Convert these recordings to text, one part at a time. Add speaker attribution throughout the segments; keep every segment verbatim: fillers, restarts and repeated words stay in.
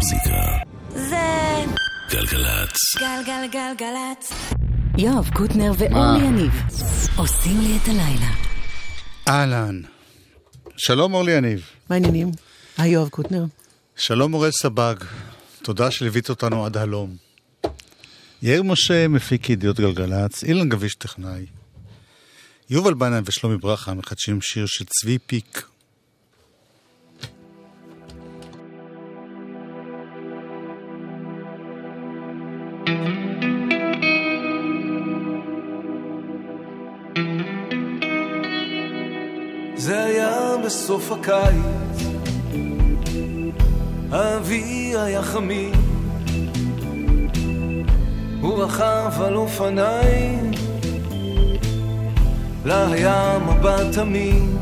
Speaker 1: המוזיקה
Speaker 2: זה
Speaker 1: גלגלצ.
Speaker 2: גלגלגלגלצ. יואב קוטנר ואורלי יניב עושים לי את הלילה.
Speaker 3: אהלן. שלום אורלי יניב.
Speaker 4: מה העניינים? היי יואב קוטנר.
Speaker 3: שלום אורל סבג. תודה שליווית אותנו עד הלום. יאיר משה מפיק ידיעות גלגלצ, אילן גביש טכנאי. יובל בנאי ושלומי ברכה מחדשים שיר של צבי פיק.
Speaker 5: זה היה בסוף הקיץ, האוויר היה חמי, הוא רכב על אופניים, לה היה מבט תמים,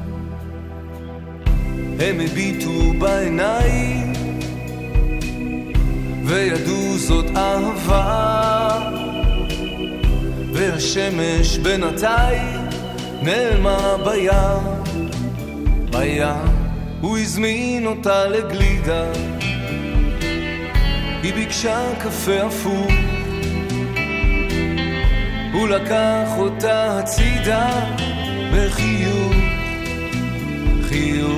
Speaker 5: הם הביטו בעיניים וידעו זאת אהבה, והשמש בינתיים נעלמה בים, בים הוא הזמין אותה לגלידה, היא ביקשה קפה אפור, הוא לקח אותה הצידה בחיוך, חיוך,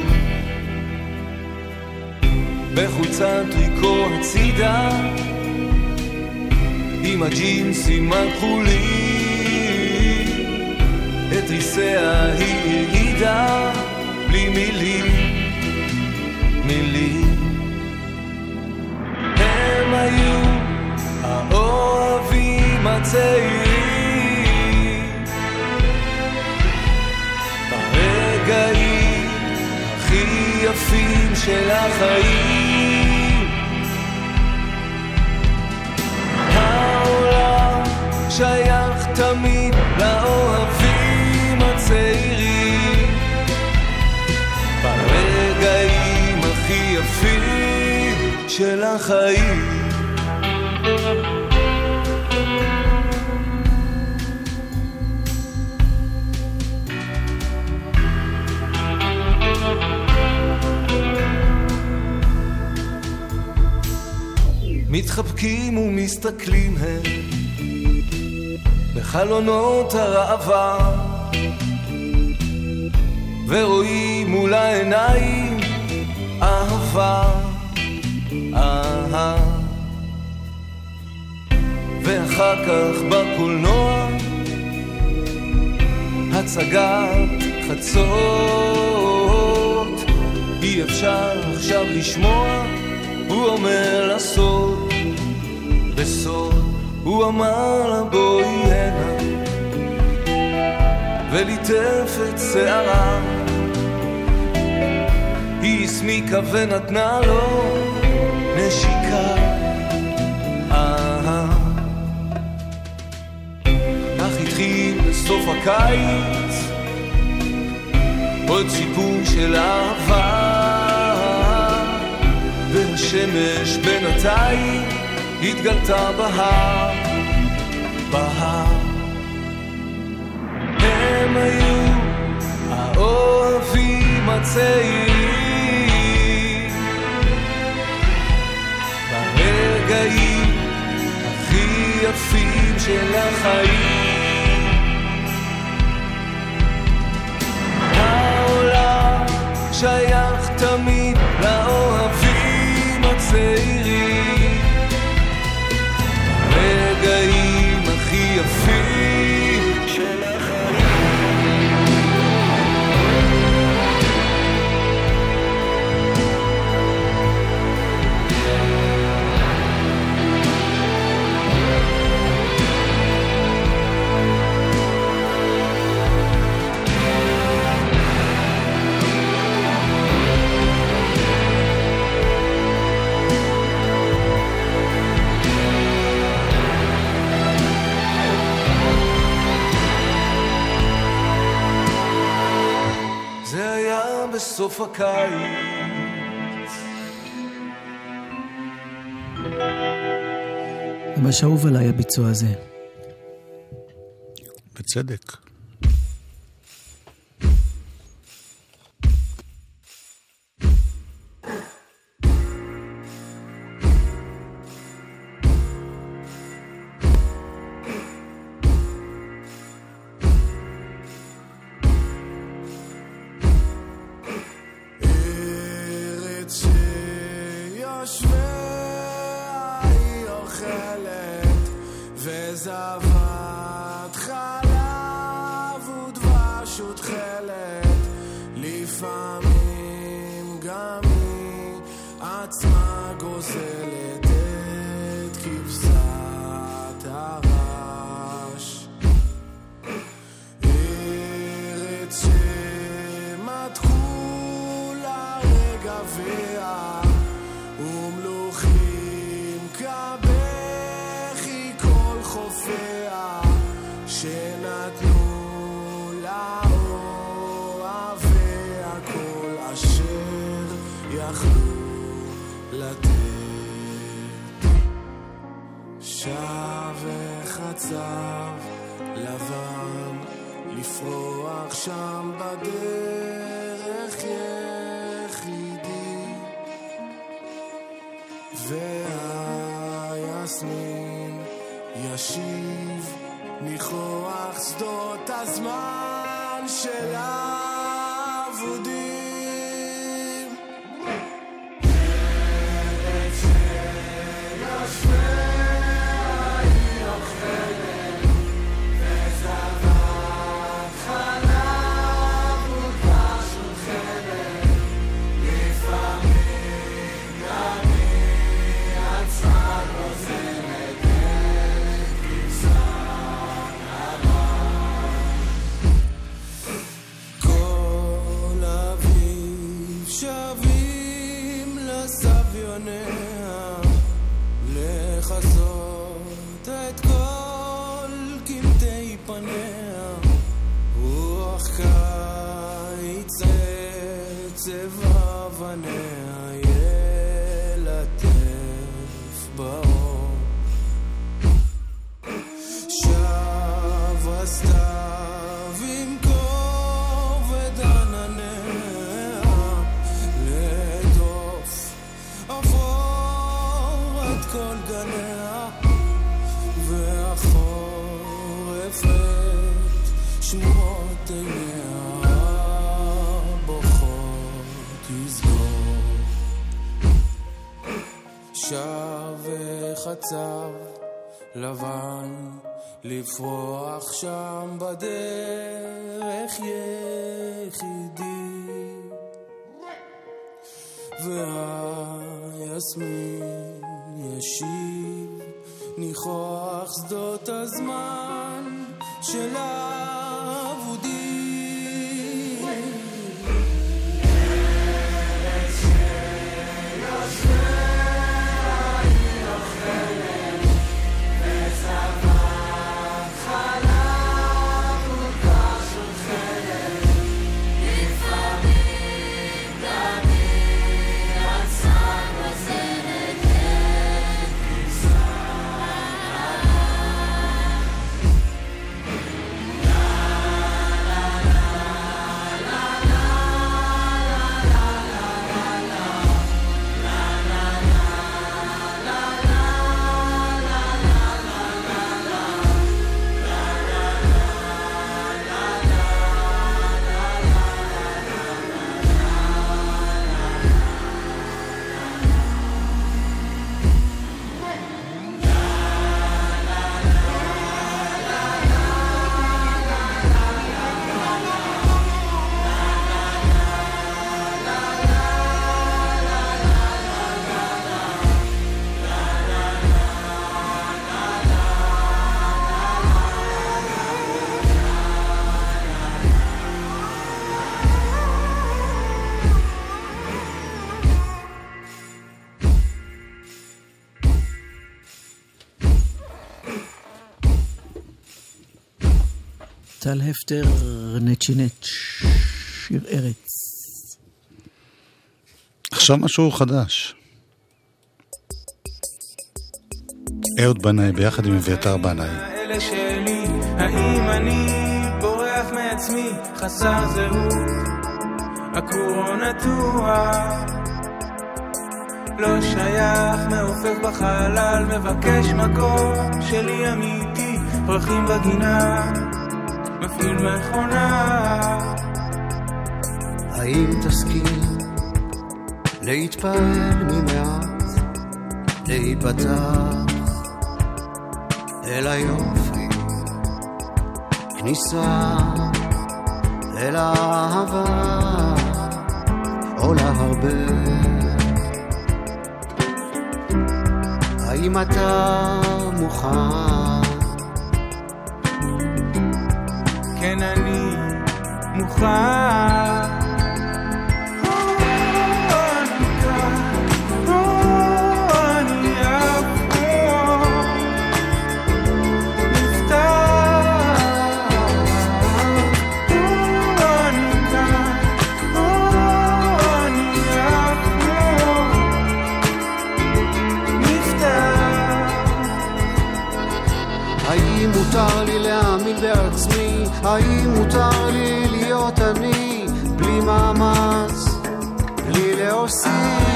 Speaker 5: בחולצת טריקו הצידה, עם הג'ינסים הכחולים, את ריסיה היא העידה בלי מילים, מילים. הם היו האוהבים הצעירים, ברגעים הכי יפים של החיים. העולם שייך תמיד לאוהבים הצעירים, ברגעים הכי יפים של החיים. מתחבקים ומסתכלים הם בחלונות הראווה, ורואים מול העיניים אהבה, אהה. ואחר כך בקולנוע הצגת חצות, אי אפשר עכשיו לשמוע, הוא אומר לסוד, בסוד הוא אמר לה בואי הנה, וליטף את שערה, היא הסמיקה ונתנה לו נשיקה, אהה. אך התחיל בסוף הקיץ עוד סיפור של אהבה, והשמש בינתיים התגלתה בהר, בהר. הם היו האוהבים הצעירים, ברגעים הכי יפים של החיים. העולם שייך תמיד לאוהבים הצעירים, ברגעים הכי יפים של החיים. בסוף הקיץ.
Speaker 4: ממש אהוב עליי הביצוע הזה.
Speaker 3: בצדק.
Speaker 1: היא אוכלת וזבת חלב ודבש ותחלת לפעמים גם היא עצמה גוזלת את כבשת הרש ארץ שמתחו לרגע ויה ומלוכים כבכי כל חופיה שנתנו לאוהביה כל אשר יכלו לתת שב וחצב לבן לפרוח שם בדרך יחידי והיסמין ישיב ניחוח שדות הזמן של העבודים ארץ שיושביה היא אוכלת וזבת חלב ודבש ותחלת לפעמים גם היא עצמה גוזלת את כבשת הרש כל אביב שבים לסביוניה לחזות את כל קמטי פניה רוח קיץ צבע אבניה ילטף באור שב הסתיו עם כובד ענניה לדוף עבור את כל גניה והחורף את שמועות עיניה בוכות יסגור שב וחצב לבן לפרוח שם בדרך יחידי והיסמין ישיב ניחוח שדות הזמן של העבודים ארץ שיושביה היא אוכלת וזבת חלב ודבש ותחלת לפעמים גם היא עצמה גוזלת את כבשת
Speaker 4: טל הפטר, נצ'י נץ', שיר ארץ.
Speaker 3: עכשיו משהו חדש. אהוד בנאי ביחד עם אביתר בנאי.
Speaker 6: אלה שלי, האם אני בורח מעצמי, חסר זהות, הכור נטוע, לא שייך, מעופף בחלל, מבקש מקום שלי אמיתי, פרחים בגינה, מפעיל מכונה.
Speaker 7: האם תסכים להתפעל ממעט, להיפתח אל היופי, כניסה אל האהבה עולה הרבה. האם אתה מוכן?
Speaker 6: כן אני מוכן.
Speaker 7: מותר לי להאמין בעצמי, האם מותר לי להיות אני בלי מאמץ, בלי להוסיף?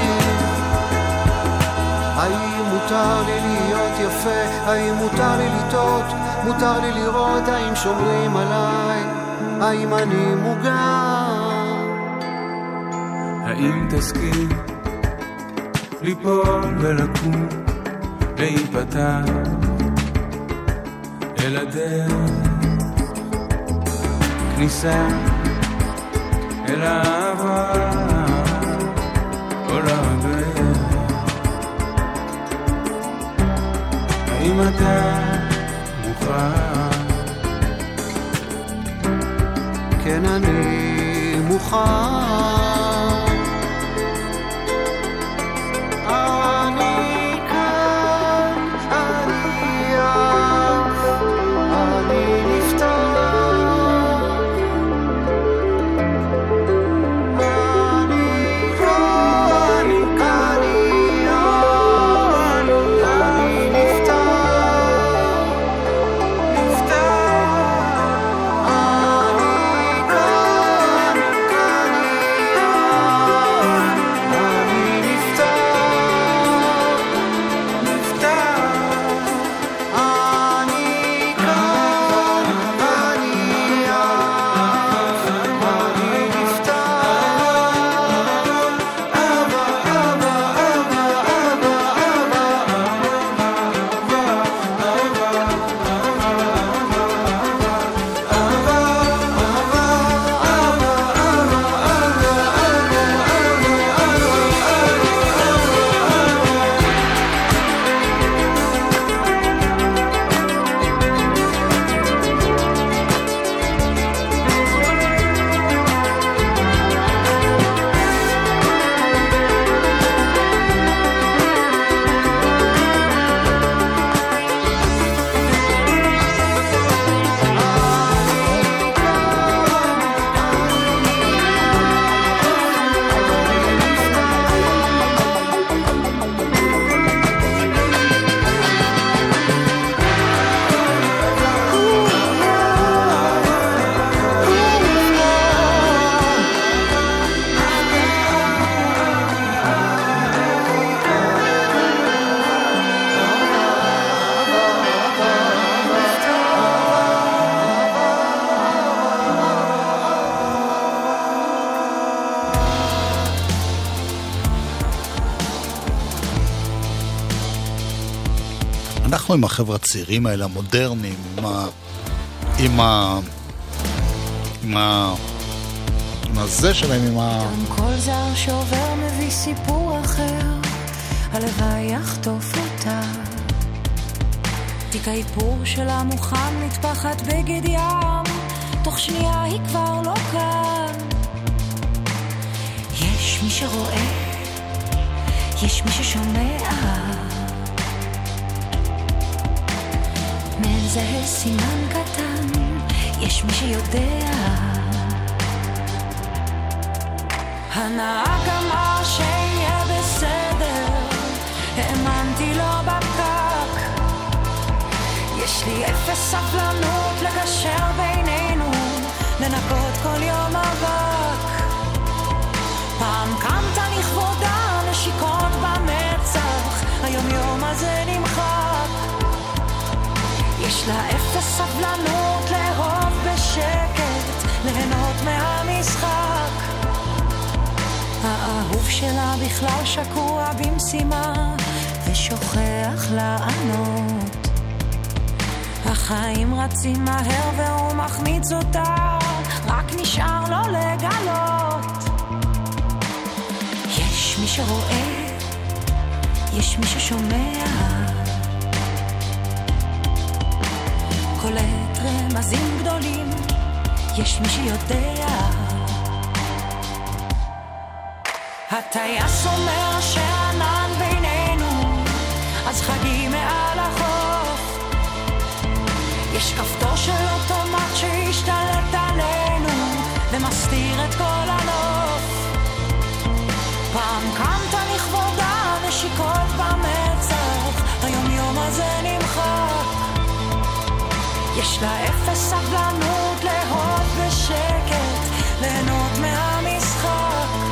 Speaker 7: האם מותר לי להיות יפה, האם מותר לי לטעות, מותר לי לראות, האם שומרים עליי, האם אני מוגן?
Speaker 6: האם תסכים ליפול ולקום, להיפתח אל הדרך, כניסה אל האהבה עולה הרבה. האם אתה מוכן?
Speaker 7: כן אני מוכן.
Speaker 3: אנחנו עם החבר'ה הצעירים האלה, המודרניים, עם ה... עם ה... עם ה... עם הזה שלהם, עם ה...
Speaker 8: גם כל זר שעובר מביא סיפור אחר, הלוואי יחטוף אותה. תיק האיפור שלה מוכן מתפחת בגד ים, תוך שנייה היא כבר לא כאן. יש מי שרואה, יש מי ששומע, מזהה סימן קטן, יש מי שיודע. הנהג אמר שיהיה בסדר, האמנתי לו בפקק. יש לי אפס סבלנות לגשר בינינו, לנקות כל יום אבק. פעם קמת לכבודה, נשיקות במצח, היום יום הזה נמחק. יש לה אפס סבלנות לאהוב בשקט, ליהנות מהמשחק. האהוב שלה בכלל שקוע במשימה ושוכח לענות. החיים רצים מהר והוא מחמיץ אותה, רק נשאר לו לגלות. יש מי שרואה, יש מי ששומע, קולט רמזים גדולים, יש מי שיודע. הטייס אומר שענן בינינו, אז חגים מעל החוף. יש כפתור של אוטומט שהשתלט עלינו ומסתיר את כל הנוף. פעם קמת לכבודה נשיקות במצח, היום יום הזה נמחק. יש לה אפס סבלנות לאהוב בשקט, ליהנות מהמשחק.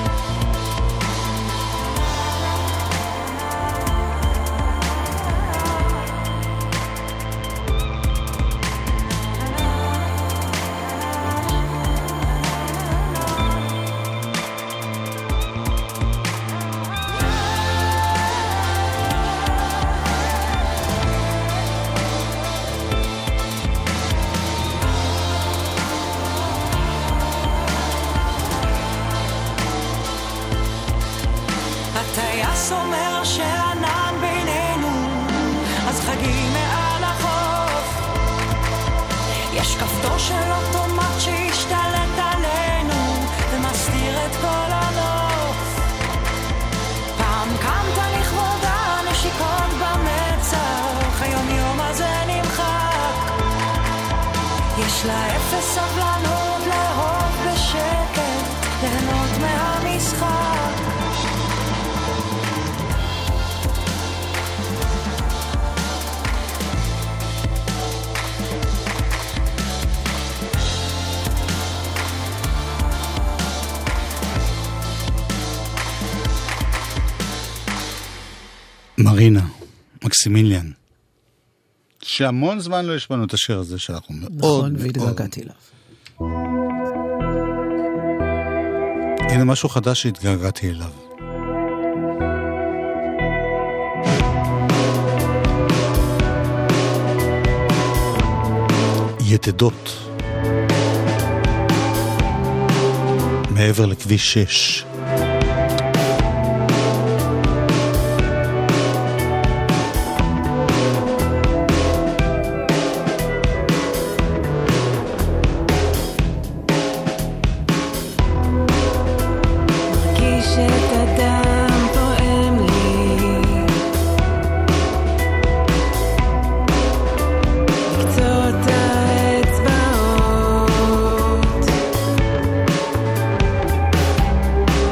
Speaker 8: הטייס אומר שענן בינינו, אז חגים מעל החוף. יש כפתור של אוטומט שהשתלט עלינו ומסתיר את כל הנוף. פעם קמת לכבודה נשיקות במצח, היום יום הזה נמחק. יש לה אפס סבלנות לאהוב בשקט, ליהנות מהמשחק.
Speaker 3: מרינה, מקסימיליאן, שהמון זמן לא ישמענו את השיר הזה שאנחנו מאוד
Speaker 4: נכון, והתגעגעתי אליו.
Speaker 3: הנה משהו חדש שהתגעגעתי אליו. יתדות מעבר לכביש שש.
Speaker 9: האצבעות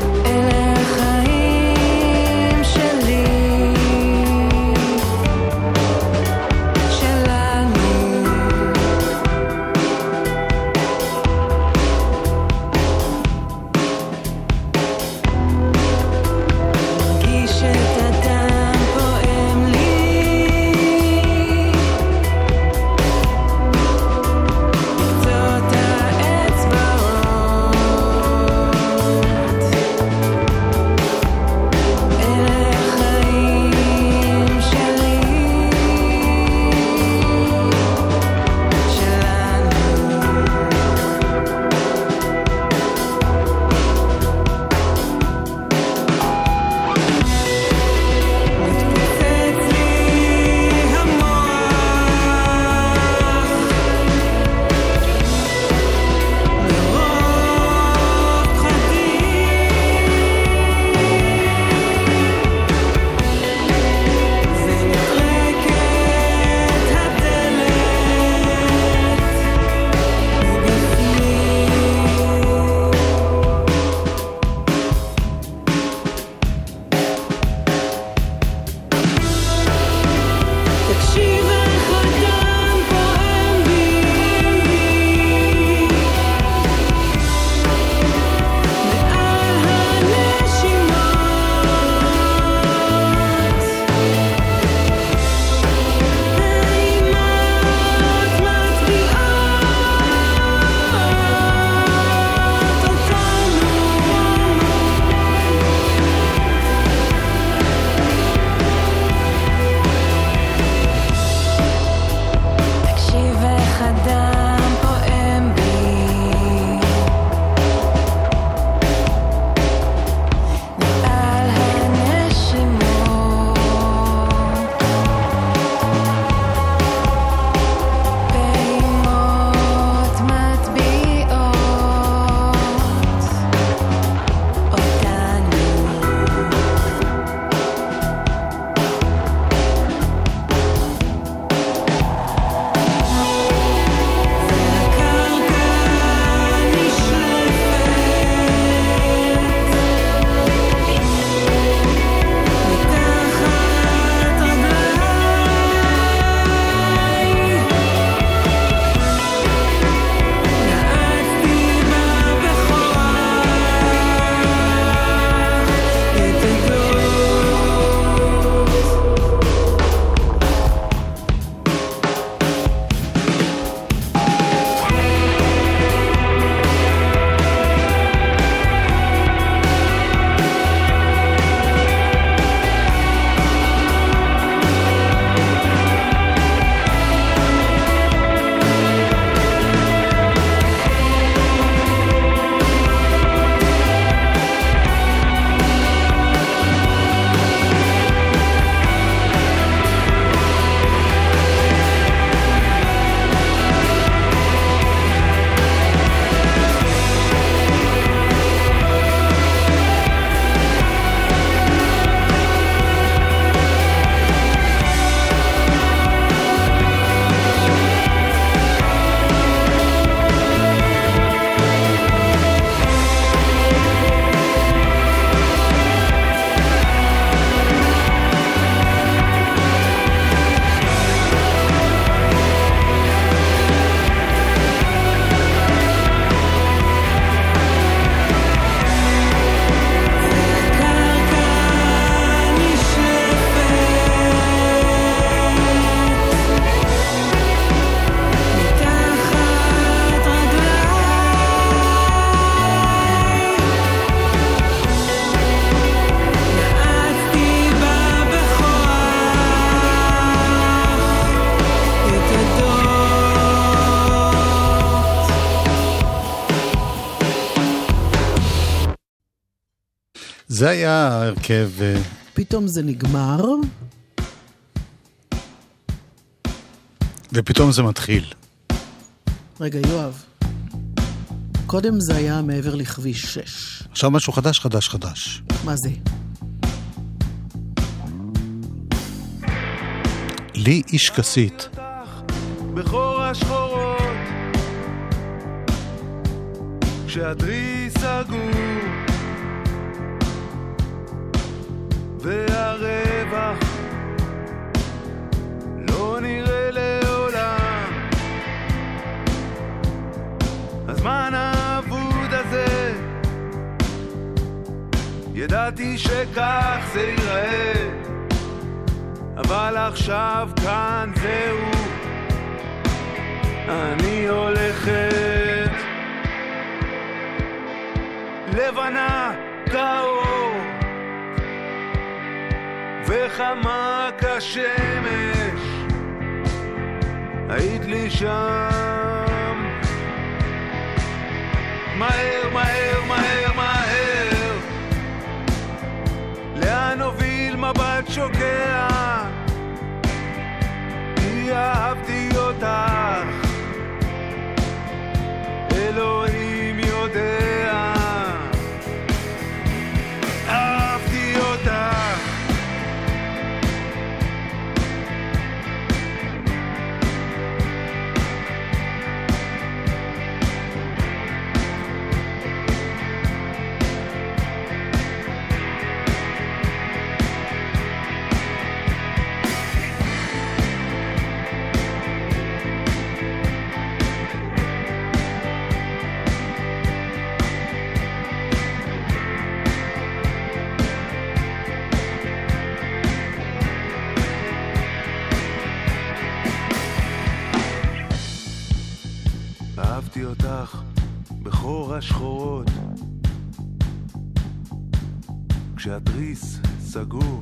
Speaker 3: זה היה ההרכב...
Speaker 4: פתאום זה נגמר.
Speaker 3: ופתאום זה מתחיל.
Speaker 4: רגע, יואב. קודם זה היה מעבר לכביש שש.
Speaker 3: עכשיו משהו חדש, חדש, חדש.
Speaker 4: מה זה?
Speaker 3: לי איש כסית.
Speaker 6: בחור השחורות כשהדריס סגור והרווח לא נראה לעולם. הזמן האבוד הזה ידעתי שכך זה ייראה, אבל עכשיו כאן זהו, אני הולכת לבנה כאור וחמה כשמש, היית לי שם מהר מהר מהר מהר, לאן הוביל מבט שוקע, כי אהבתי אותך, אלוהים יודע, אהבתי אותך. אהבתי אותך בחור השחורות כשהתריס סגור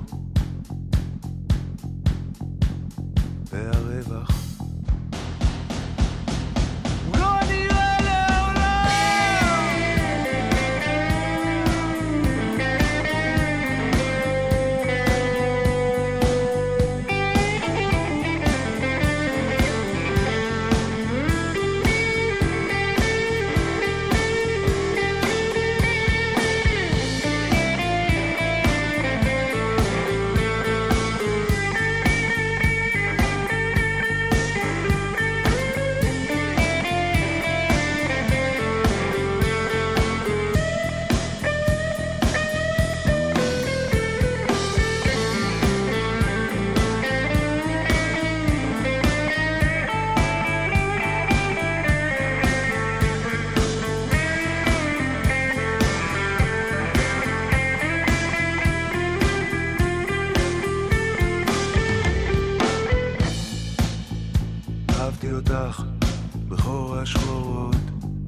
Speaker 6: והרווח הוא לא נראה לעולם. אהבתי אותך בחור השחורות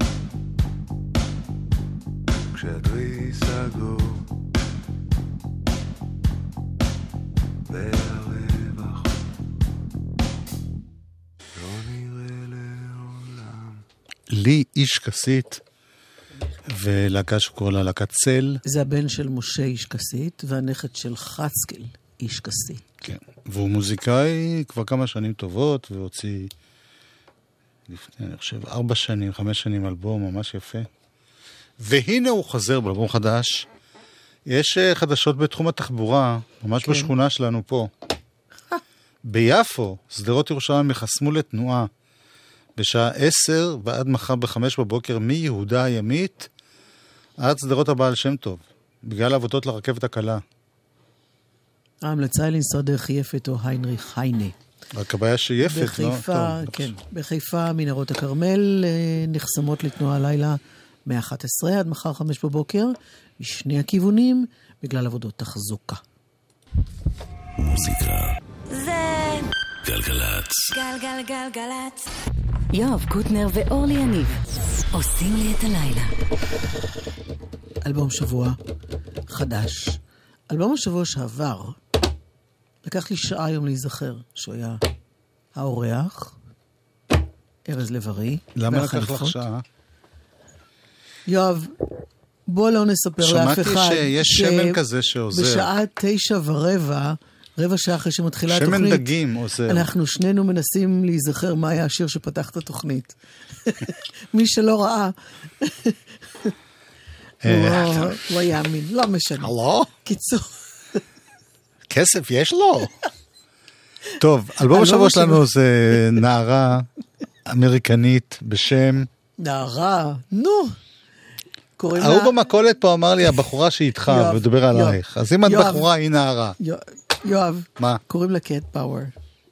Speaker 6: כשהתריס סגור והרווח לא נראה לעולם.
Speaker 3: לי איש כסית, ולהקה שקורא לה להקת צל.
Speaker 4: זה הבן של משה איש כסית, והנכד של חצקל איש כסית.
Speaker 3: כן, והוא מוזיקאי כבר כמה שנים טובות, והוציא לפני, אני חושב, ארבע שנים, חמש שנים אלבום ממש יפה. והנה הוא חזר באלבום חדש. יש חדשות בתחום התחבורה, ממש כן. בשכונה שלנו פה. ביפו, שדרות ירושלים יחסמו לתנועה בשעה עשר ועד מחר בחמש בבוקר מיהודה הימית עד שדרות הבעל שם טוב, בגלל עבודות לרכבת הקלה.
Speaker 4: ההמלצה היא לנסוע דרך יפת או היינריך היינה.
Speaker 3: רק הבעיה שיפת,
Speaker 4: בחיפה,
Speaker 3: לא?
Speaker 4: כן. בחיפה, מנהרות הכרמל נחסמות לתנועה הלילה מ-אחת עשרה עד מחר חמש בבוקר, משני הכיוונים, בגלל עבודות תחזוקה.
Speaker 9: מוזיקה
Speaker 8: זה
Speaker 9: גלגלצ.
Speaker 8: גלגלגלגלצ.
Speaker 2: יואב קוטנר ואורלי יניב עושים לי את הלילה.
Speaker 4: אלבום שבוע חדש. אלבום השבוע שעבר, לקח לי שעה היום להיזכר שהוא היה האורח, ארז לב-ארי.
Speaker 3: למה לקח לך שעה?
Speaker 4: יואב, בוא לא נספר לאף אחד.
Speaker 3: שמעתי שיש שמן כזה שעוזר.
Speaker 4: בשעה תשע ורבע, רבע שעה אחרי שמתחילה
Speaker 3: שמן
Speaker 4: התוכנית.
Speaker 3: שמן דגים עוזר.
Speaker 4: אנחנו שנינו מנסים להיזכר מה היה השיר שפתח את התוכנית. מי שלא ראה. לא יאמין, לא משנה.
Speaker 3: הלו?
Speaker 4: קיצור.
Speaker 3: כסף יש לו? טוב, אלבום השבוע שלנו זה נערה אמריקנית בשם...
Speaker 4: נערה, נו.
Speaker 3: ההוא במקולת פה אמר לי, הבחורה שאיתך, ודבר עלייך. אז אם את בחורה, היא נערה.
Speaker 4: יואב,
Speaker 3: מה?
Speaker 4: קוראים לה קט פאוור.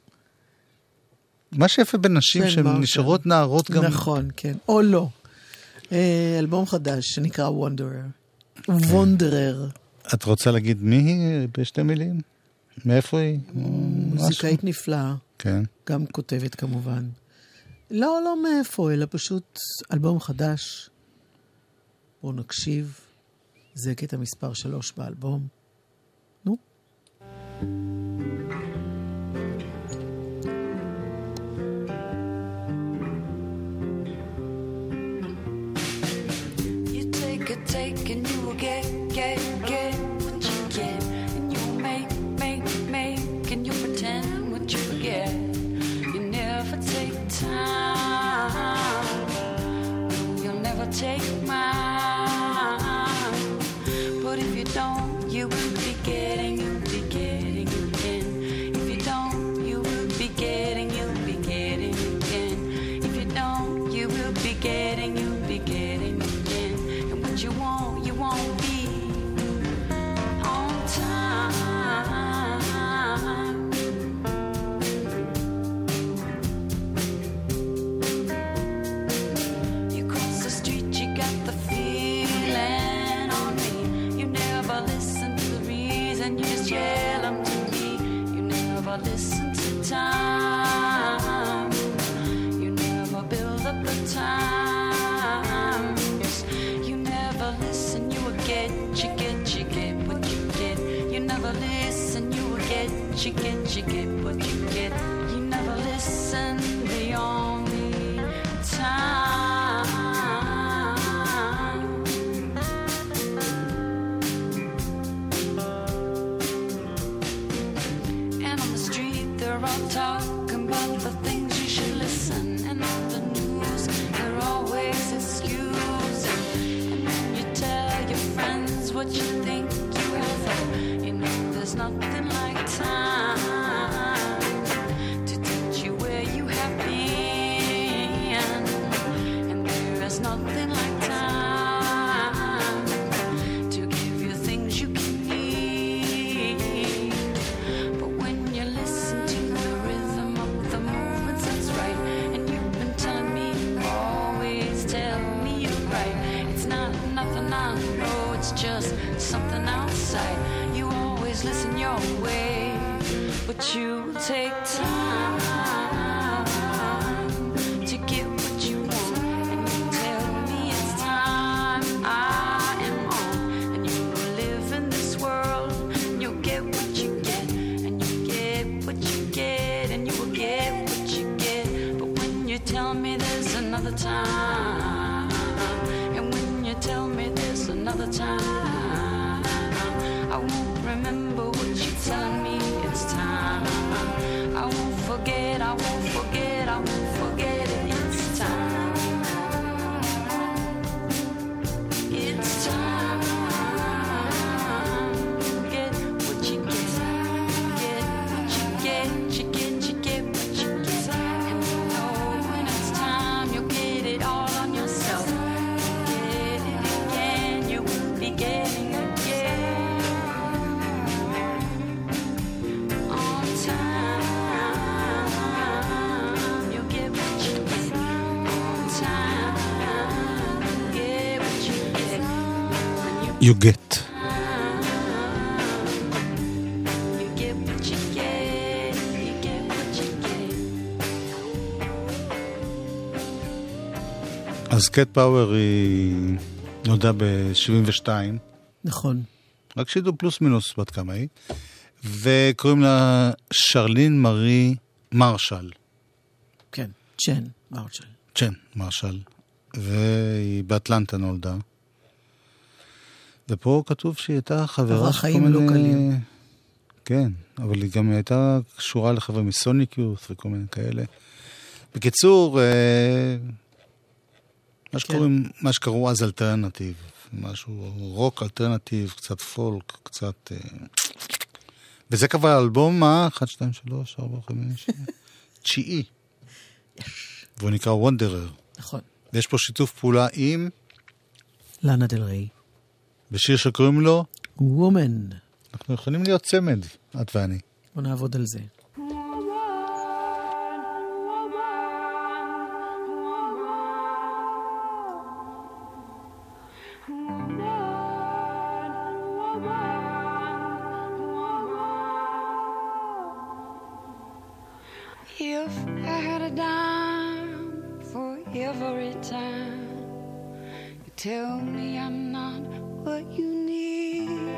Speaker 3: מה שיפה בנשים שהן נשארות נערות גם...
Speaker 4: נכון, כן. או לא. אלבום חדש שנקרא וונדרר. וונדרר.
Speaker 3: את רוצה להגיד מי היא בשתי מילים? מאיפה היא?
Speaker 4: מוזיקאית נפלאה.
Speaker 3: כן.
Speaker 4: גם כותבת כמובן. לא, לא מאיפה, אלא פשוט אלבום חדש. בואו נקשיב. זה קטע מספר שלוש באלבום. נו.
Speaker 8: You take a take and you will get, get, get what you get. And you make, make, make and you pretend what you forget. You never take time. No, you'll never take mine. But if you don't, you will be getting, you'll be getting again. If you don't, you will be getting, you'll be getting again. If you don't, you will be getting, you'll be getting again. And what you want, you won't be on time. You cross the street, you got the feeling on me. You never listen to the reason, you just yell them to me. You never listen to time. You never build up the times. You never listen, you will get, you get, you get what you get. You never listen, you will get, you get, you get what you get. You never listen, the only time. And on the street they're all talking about the things you should listen. And on the news they're always excusing. And when you tell your friends what you think you have thought, you know there's nothing like time to teach you where you have been. And there is nothing like time to give you things you can need. But when you listen to the rhythm of the movements, it's right. And you've been telling me, always tell me you're right. It's not nothing I know, it's just something outside. You always listen your way, but you take time to get what you want. And you tell me it's time I am on. And you live in this world, and you'll get what you get. And you get what you get, and you will get what you get. But when you tell me there's another time, and when you tell me there's another time, I won't remember what you're telling me. It's time. I won't forget, I won't forget, I won't forget it. It's time. It's time. Get what you get. Get what you get. You get, you get what you get. And you know when it's time, you'll get it all on yourself. Get it again, you will be getting again. On time, you'll get what you get. On time, you'll get what you get. When you
Speaker 3: You get.
Speaker 8: You get what you get, you get what you get.
Speaker 3: אז קט פאוור היא נולדה ב-שבעים ושתיים,
Speaker 4: נכון.
Speaker 3: רק שידעו פלוס מינוס בת כמה היא, וקוראים לה שרלין מארי מרשל.
Speaker 4: כן, צ'ן מרשל.
Speaker 3: צ'ן מרשל, והיא באטלנטה נולדה. ופה כתוב שהיא הייתה חברה
Speaker 4: עברה חיים לא קלים.
Speaker 3: כן, אבל היא גם הייתה קשורה לחברה מסוניק יות' וכל מיני כאלה. בקיצור, אה, מה שקוראים, מה שקראו אז אלטרנטיב, משהו רוק אלטרנטיב, קצת פולק, קצת... אה, וזה קבע אלבום, מה? אחת, שתיים, שלוש, ארבע, חמש, תשיעי. והוא נקרא וונדרר.
Speaker 4: נכון.
Speaker 3: ויש פה שיתוף פעולה עם...
Speaker 4: לאנה דל ריי.
Speaker 3: בשיר שקוראים לו...
Speaker 4: וומן.
Speaker 3: אנחנו יכולים להיות צמד, את ואני.
Speaker 4: בוא נעבוד על זה.
Speaker 8: If I had a dime for every time you tell me I'm not what you need,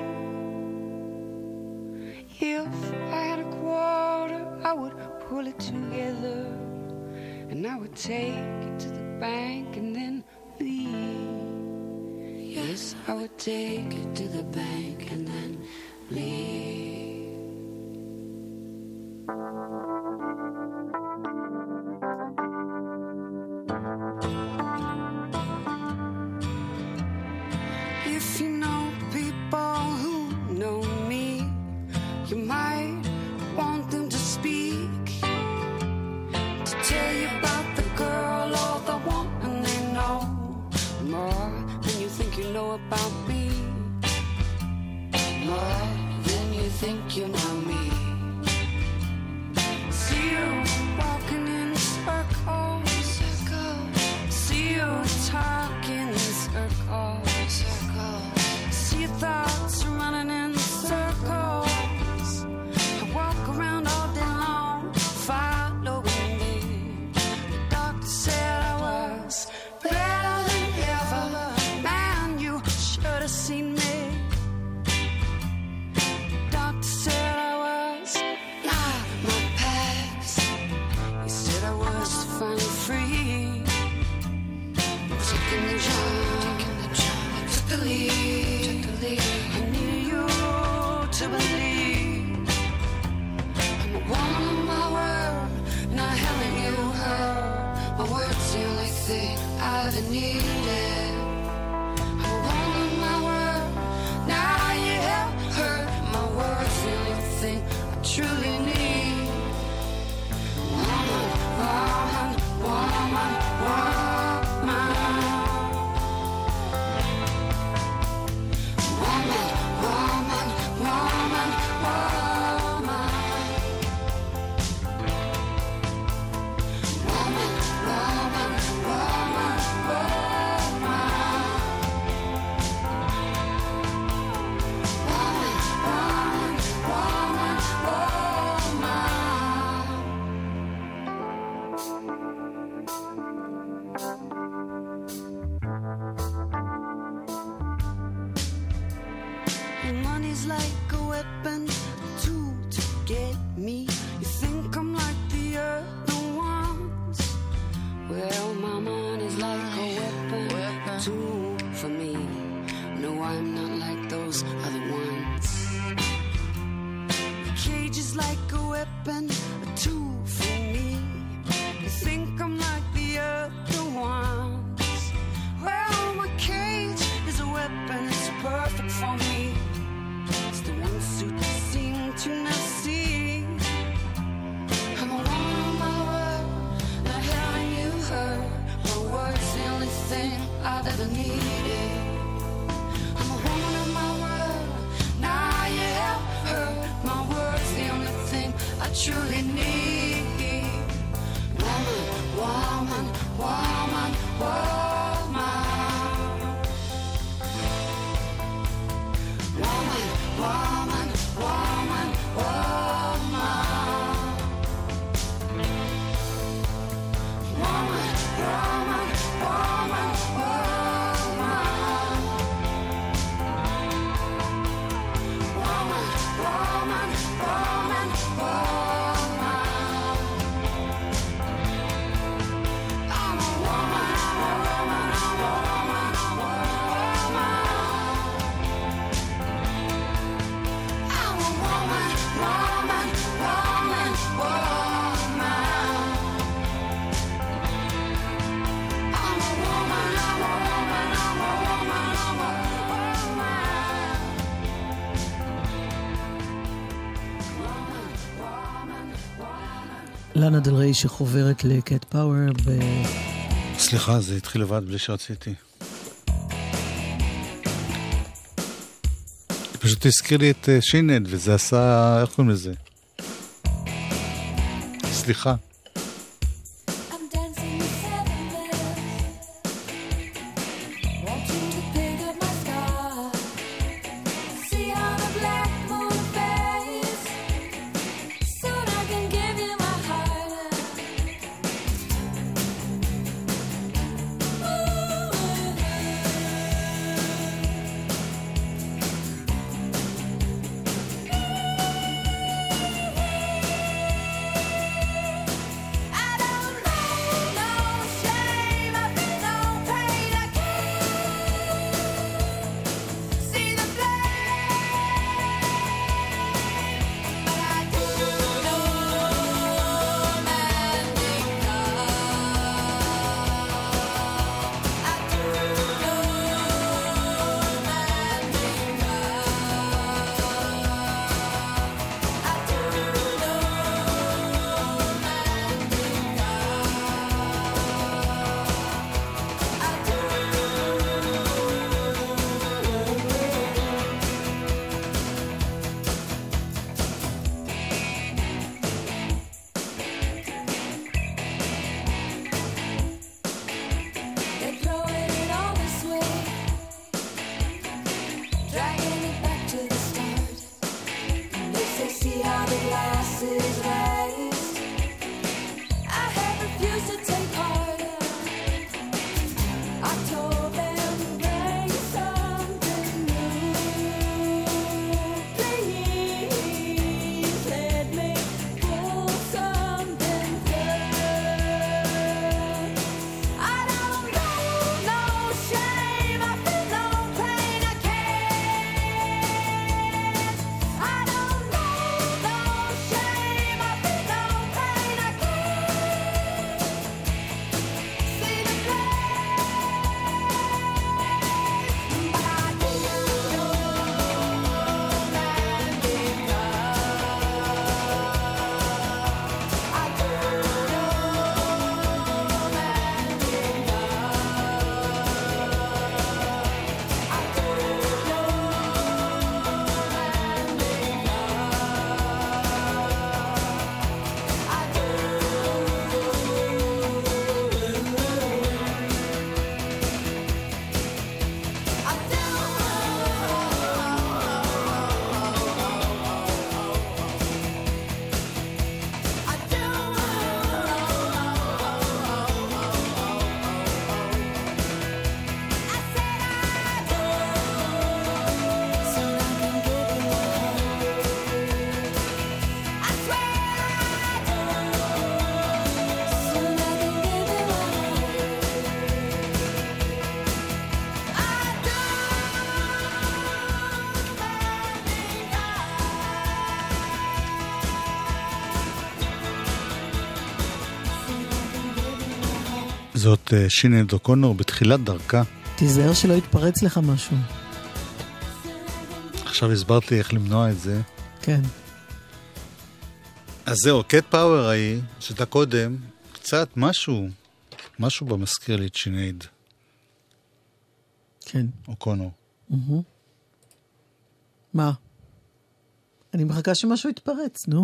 Speaker 8: if I had a quarter I would pull it together and I would take it to the bank and then leave. Yes, I would take it to the bank and then leave. If you know people who know me, you might want them to speak, to tell you about the girl or the woman they know more than you think you know about me, more than you think you know me. See you walking in circles, see you talking in circles. See your thoughts running in circles. I walk around all day long, following me. The doctor said I was better than ever. Man, you should have seen me. The doctor said I was not my past. He said I was finally free. Taking the job, took the lead. I need you to believe I'm a woman of my word, not having you heard. My word's the only thing I ever needed. I'm a woman of my word, now you have heard. My word's the only thing I truly need. Woman, woman, woman, woman. Money's like a weapon, a tool to get me. You think I'm like the other ones? Well, my money's like a weapon, a tool for me. No, I'm not like those other ones. The cage is like a weapon, a tool for me. You think I'm like the other ones? Well, my cage is a weapon, it's perfect for me. It's the one suit you seem to not see. I'm a woman of my word, not having you heard. My word's the only thing I've ever needed. I'm a woman of my word, now you have heard. My word's the only thing I truly need. Woman, woman, woman, woman. Woman, woman, woman, woman. Woman, woman, woman, woman. Woman, woman, woman, woman.
Speaker 4: לאנה דל ריי שחוברת לקט פאוור ב...
Speaker 3: סליחה, זה התחיל לבד בלי שרציתי. פשוט הזכיר לי את שינד, וזה עשה, איך קוראים לזה? סליחה. זאת שינד אוקונור בתחילת דרכה.
Speaker 4: תיזהר שלא יתפרץ לך משהו.
Speaker 3: עכשיו הסברת לי איך למנוע את זה.
Speaker 4: כן.
Speaker 3: אז זהו, קט פאוור ההיא, שאתה קודם, קצת משהו, משהו במזכיר לי את שינייד.
Speaker 4: כן.
Speaker 3: אוקונור.
Speaker 4: Mm-hmm. מה? אני מחכה שמשהו יתפרץ, נו.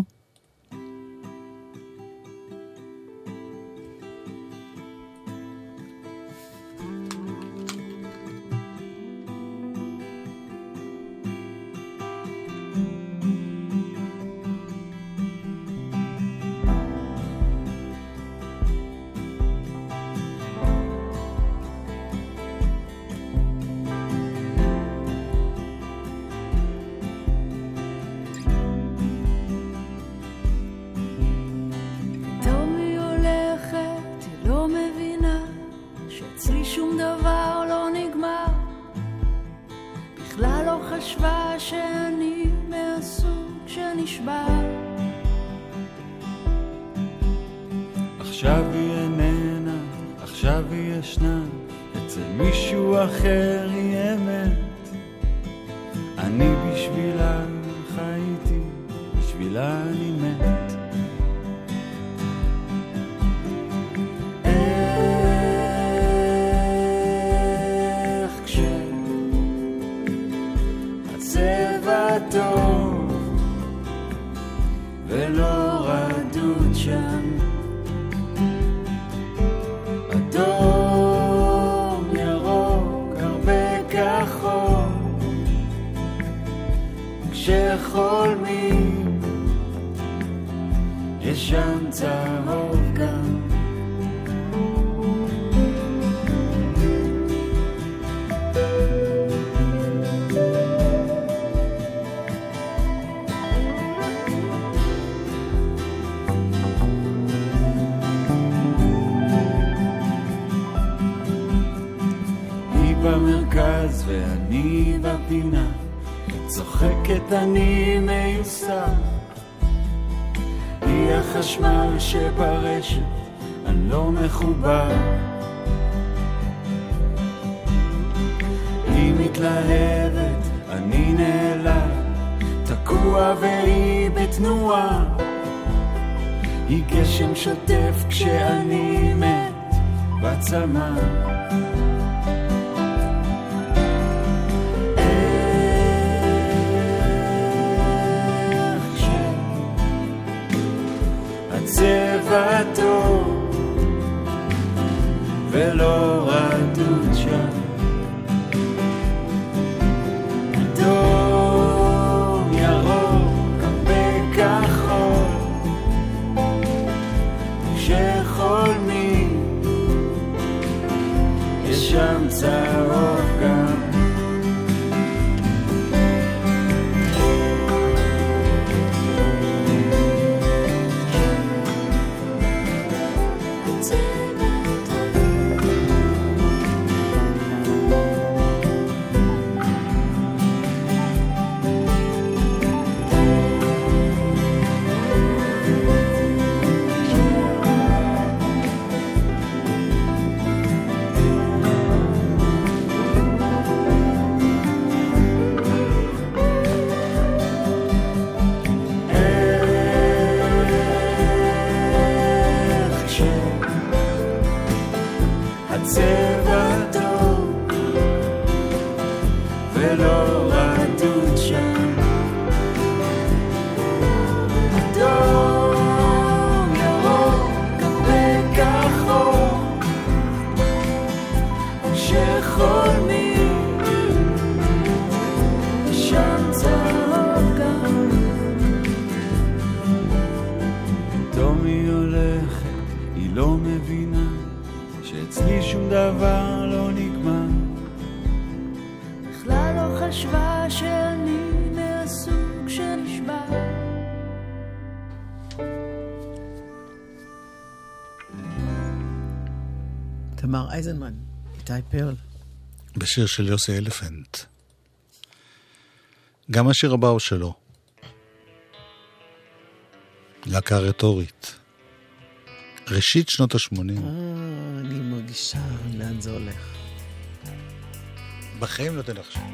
Speaker 5: עכשיו היא איננה, עכשיו היא ישנה, אצל מישהו אחר היא אמת. אני בשבילה חייתי, בשבילה אני מת. ולא רדוד שם. אדום, ירוק, הרבה כחול, כשחולמים יש שם צהוב גם. במרכז ואני בפינה, צוחקת אני מיוסר, היא החשמל שברשת, אני לא מחובר. היא מתלהבת, אני נעלב, תקוע והיא בתנועה, היא גשם שוטף כשאני מת בצמא. צבע טוב ולא רדוד שם. אדום, ירוק, הרבה כחול, כשחולמים יש שם צהוב גם.
Speaker 4: תמר אייזנמן, איתי פרל.
Speaker 3: בשיר של יוסי אלפנט. גם השיר הבא הוא שלו. להקה רטורית. ראשית שנות ה-שמונים.
Speaker 4: אה, אני מרגישה לאן זה הולך.
Speaker 3: בחיים לא תלך שם.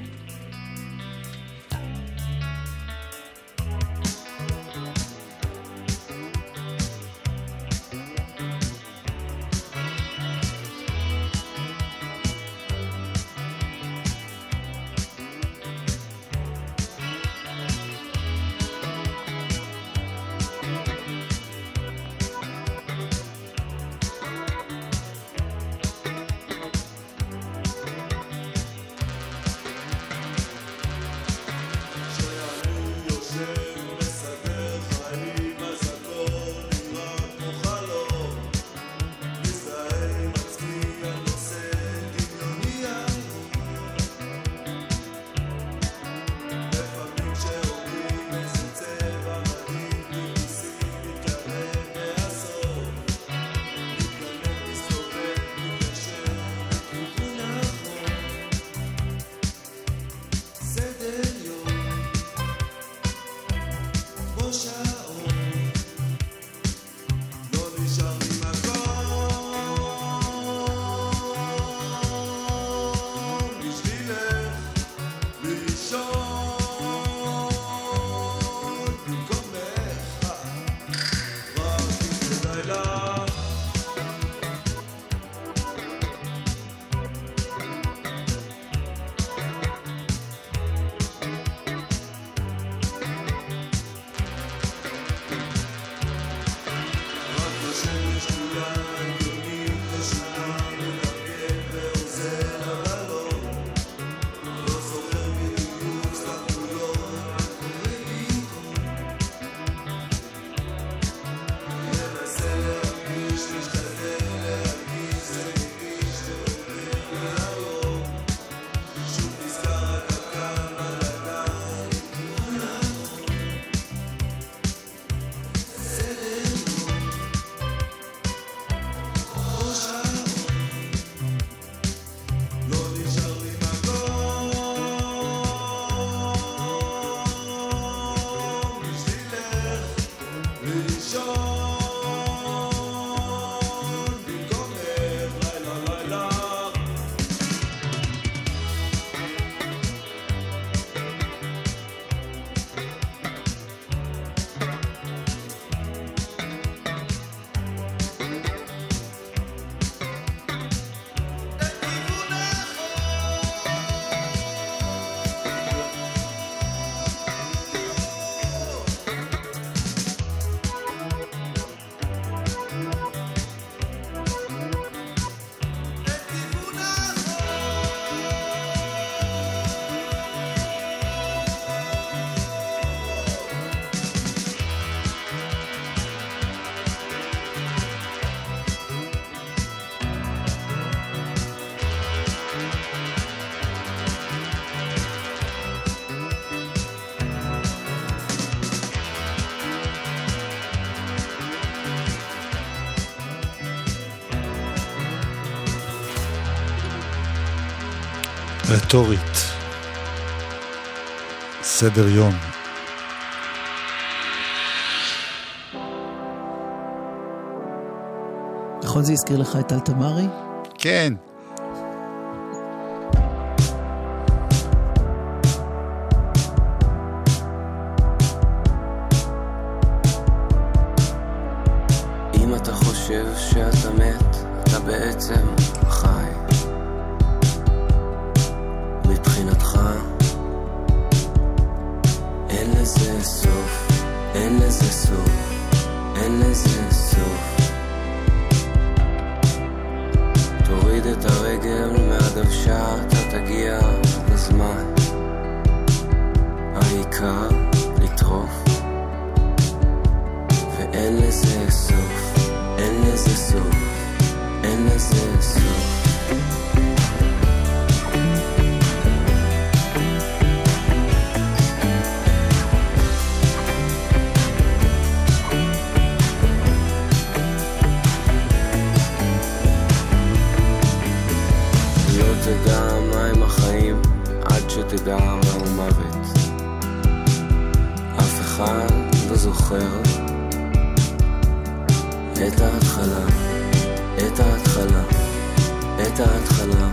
Speaker 3: רטורית. סדר יום.
Speaker 4: נכון זה הזכיר לך את טל תמרי?
Speaker 3: כן.
Speaker 9: אם אתה חושב שאתה מת, אתה בעצם חי. מבחינתך אין לזה סוף, אין לזה סוף, אין לזה סוף. תוריד את הרגל מהדוושה, אתה תגיע בזמן. העיקר לטרוף, ואין לזה סוף, אין לזה סוף, אין לזה סוף. תדע מה הם החיים עד שתדע מהו מוות. אף אחד לא זוכר את ההתחלה, את ההתחלה, את ההתחלה.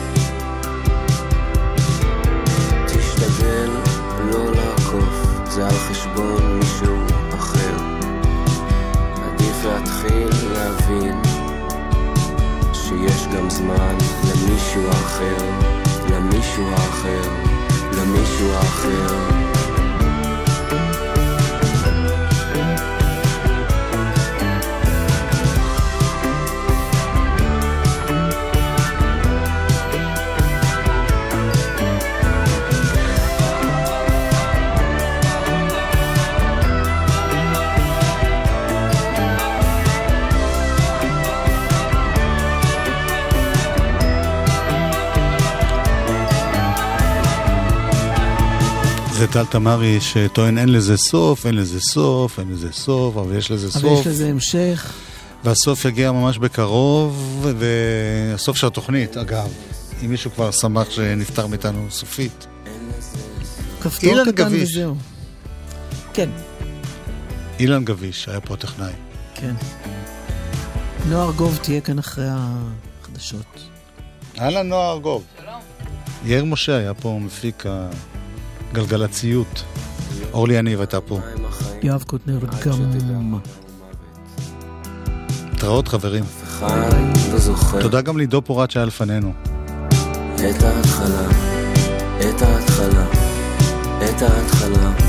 Speaker 9: תשתדל לא לעקוף, זה על חשבון מישהו אחר. עדיף להתחיל להבין שיש גם זמן למישהו אחר, למישהו אחר, למישהו אחר.
Speaker 3: זה טל תמרי שטוען אין לזה סוף, אין לזה סוף, אין לזה סוף, אבל יש לזה סוף.
Speaker 4: אבל יש לזה המשך.
Speaker 3: והסוף יגיע ממש בקרוב, והסוף של התוכנית, אגב, אם מישהו כבר שמח שנפטר מאיתנו סופית.
Speaker 4: כפתור
Speaker 3: אילן
Speaker 4: קטן
Speaker 3: גביש.
Speaker 4: וזהו. כן,
Speaker 3: אילן גביש היה פה טכנאי.
Speaker 4: כן. נועה ארגוב תהיה כאן אחרי החדשות.
Speaker 3: אהלן נועה ארגוב. שלום. יאיר משה היה פה מפיק הגלגלציות. אורלי יניב הייתה פה.
Speaker 4: יואב קוטנר גם.
Speaker 3: התראות חברים.
Speaker 9: זוכר
Speaker 3: תודה גם לידו פורט שהיה לפנינו.
Speaker 9: את ההתחלה, את ההתחלה, את ההתחלה.